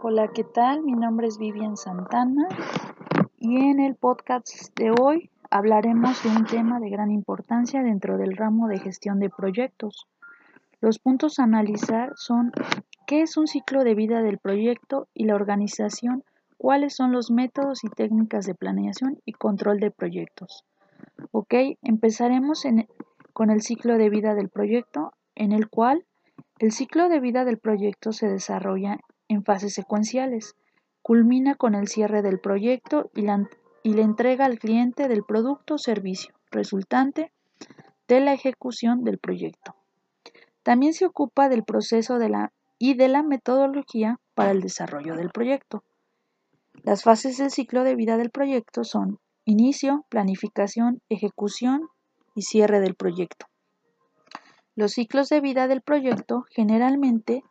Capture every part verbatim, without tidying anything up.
Hola, ¿qué tal? Mi nombre es Vivian Santana y en el podcast de hoy hablaremos de un tema de gran importancia dentro del ramo de gestión de proyectos. Los puntos a analizar son qué es un ciclo de vida del proyecto y la organización, cuáles son los métodos y técnicas de planeación y control de proyectos. Ok, empezaremos en, con el ciclo de vida del proyecto, en el cual el ciclo de vida del proyecto se desarrolla en fases secuenciales. Culmina con el cierre del proyecto y la, y la entrega al cliente del producto o servicio resultante de la ejecución del proyecto. También se ocupa del proceso de la, y de la metodología para el desarrollo del proyecto. Las fases del ciclo de vida del proyecto son inicio, planificación, ejecución y cierre del proyecto. Los ciclos de vida del proyecto generalmente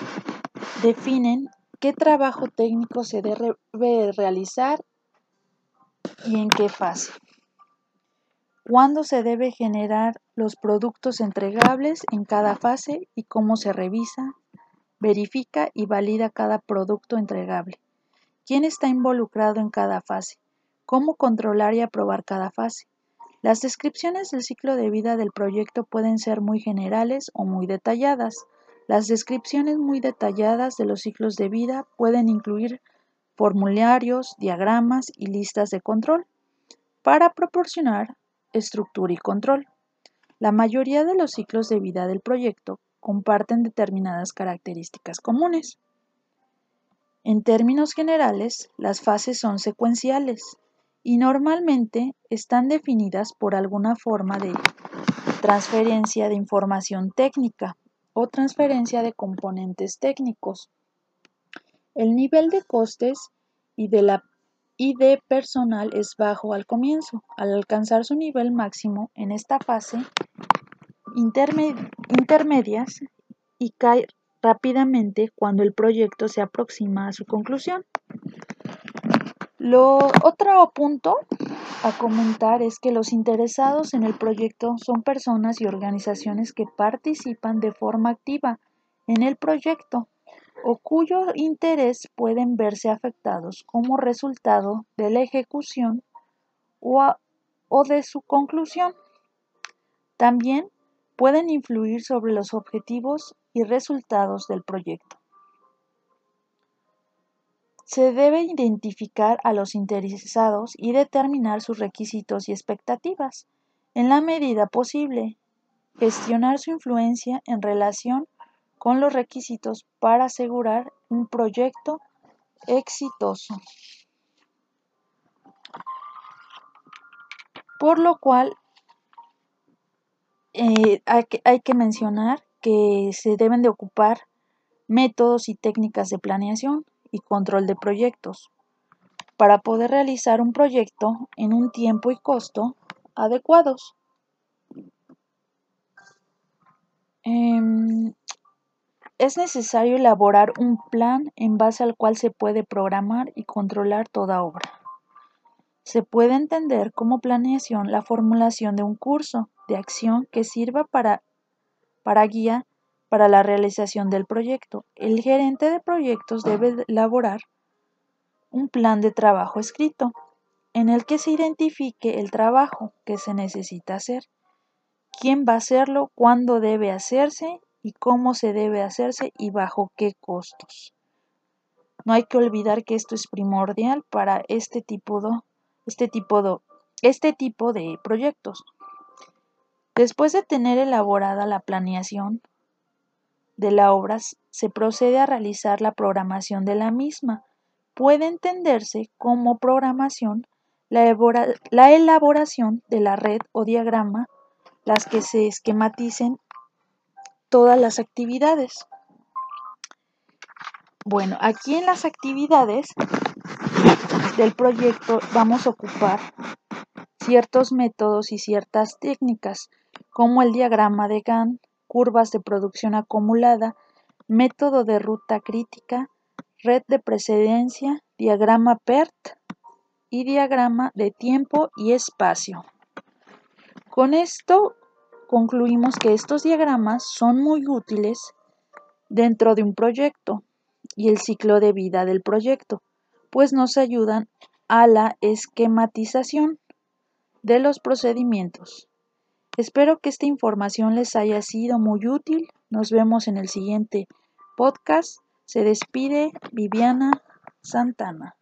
definen qué trabajo técnico se debe realizar y en qué fase. Cuándo se debe generar los productos entregables en cada fase y cómo se revisa, verifica y valida cada producto entregable. ¿Quién está involucrado en cada fase? ¿Cómo controlar y aprobar cada fase? Las descripciones del ciclo de vida del proyecto pueden ser muy generales o muy detalladas. Las descripciones muy detalladas de los ciclos de vida pueden incluir formularios, diagramas y listas de control para proporcionar estructura y control. La mayoría de los ciclos de vida del proyecto comparten determinadas características comunes. En términos generales, las fases son secuenciales y normalmente están definidas por alguna forma de transferencia de información técnica o transferencia de componentes técnicos. El nivel de costes y de, la, y de personal es bajo al comienzo. Al alcanzar su nivel máximo en esta fase intermed, intermedias y cae rápidamente cuando el proyecto se aproxima a su conclusión. Lo otro punto a comentar es que los interesados en el proyecto son personas y organizaciones que participan de forma activa en el proyecto o cuyo interés pueden verse afectados como resultado de la ejecución o, a, o de su conclusión. También pueden influir sobre los objetivos y resultados del proyecto. Se debe identificar a los interesados y determinar sus requisitos y expectativas. En la medida posible, gestionar su influencia en relación con los requisitos para asegurar un proyecto exitoso. Por lo cual, eh, hay, que, hay que mencionar que se deben de ocupar métodos y técnicas de planeación y control de proyectos para poder realizar un proyecto en un tiempo y costo adecuados. Eh, es necesario elaborar un plan en base al cual se puede programar y controlar toda obra. Se puede entender como planeación la formulación de un curso de acción que sirva para, para guía para la realización del proyecto. El gerente de proyectos debe elaborar un plan de trabajo escrito en el que se identifique el trabajo que se necesita hacer, quién va a hacerlo, cuándo debe hacerse y cómo se debe hacerse y bajo qué costos. No hay que olvidar que esto es primordial para este tipo de, este tipo de, este tipo de proyectos. Después de tener elaborada la planeación de la obra, se procede a realizar la programación de la misma. Puede entenderse como programación la, elabora, la elaboración de la red o diagrama, las que se esquematicen todas las actividades. Bueno, aquí en las actividades del proyecto vamos a ocupar ciertos métodos y ciertas técnicas, como el diagrama de Gantt, curvas de producción acumulada, método de ruta crítica, red de precedencia, diagrama PERT y diagrama de tiempo y espacio. Con esto concluimos que estos diagramas son muy útiles dentro de un proyecto, y el ciclo de vida del proyecto, pues nos ayudan a la esquematización de los procedimientos. Espero que esta información les haya sido muy útil. Nos vemos en el siguiente podcast. Se despide Viviana Santana.